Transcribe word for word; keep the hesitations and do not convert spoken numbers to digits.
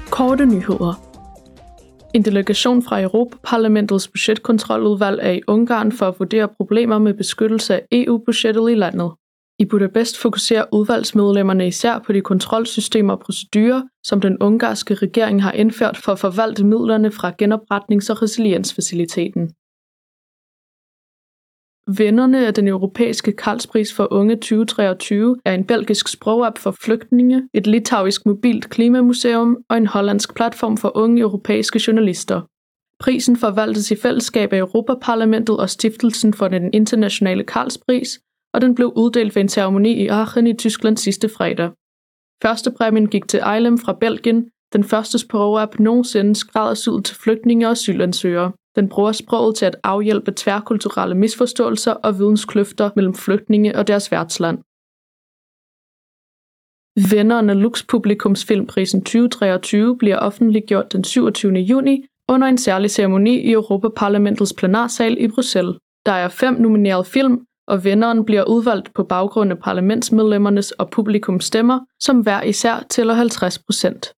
Korte nyheder. En delegation fra Europa-Parlamentets budgetkontroludvalg er i Ungarn for at vurdere problemer med beskyttelse af E U-budgettet i landet. I Budapest fokuserer udvalgsmedlemmerne især på de kontrolsystemer og procedurer, som den ungarske regering har indført for at forvalte midlerne fra genopretnings- og resiliensfaciliteten. Vinderne af den europæiske Carlspris for unge tyve treogtyve er en belgisk sprogapp for flygtninge, et litauisk mobilt klimamuseum og en hollandsk platform for unge europæiske journalister. Prisen forvaltes i fællesskab af Europa-Parlamentet og Stiftelsen for den internationale Carlspris, og den blev uddelt ved en ceremoni i Aachen i Tyskland sidste fredag. Førstepræmien gik til Aylem fra Belgien, den første sprogapp nogensinde skræddersyet til flygtninge og asylansøgere. Den bruger sproget til at afhjælpe tværkulturelle misforståelser og videnskløfter mellem flygtninge og deres værtsland. Vinderen af Lux Publikumsfilmprisen tyve treogtyve bliver offentliggjort den syvogtyvende juni under en særlig ceremoni i Europa-Parlamentets plenarsal i Bruxelles. Der er fem nominerede film, og vinderen bliver udvalgt på baggrund af parlamentsmedlemmernes og publikums stemmer, som hver især tæller halvtreds procent.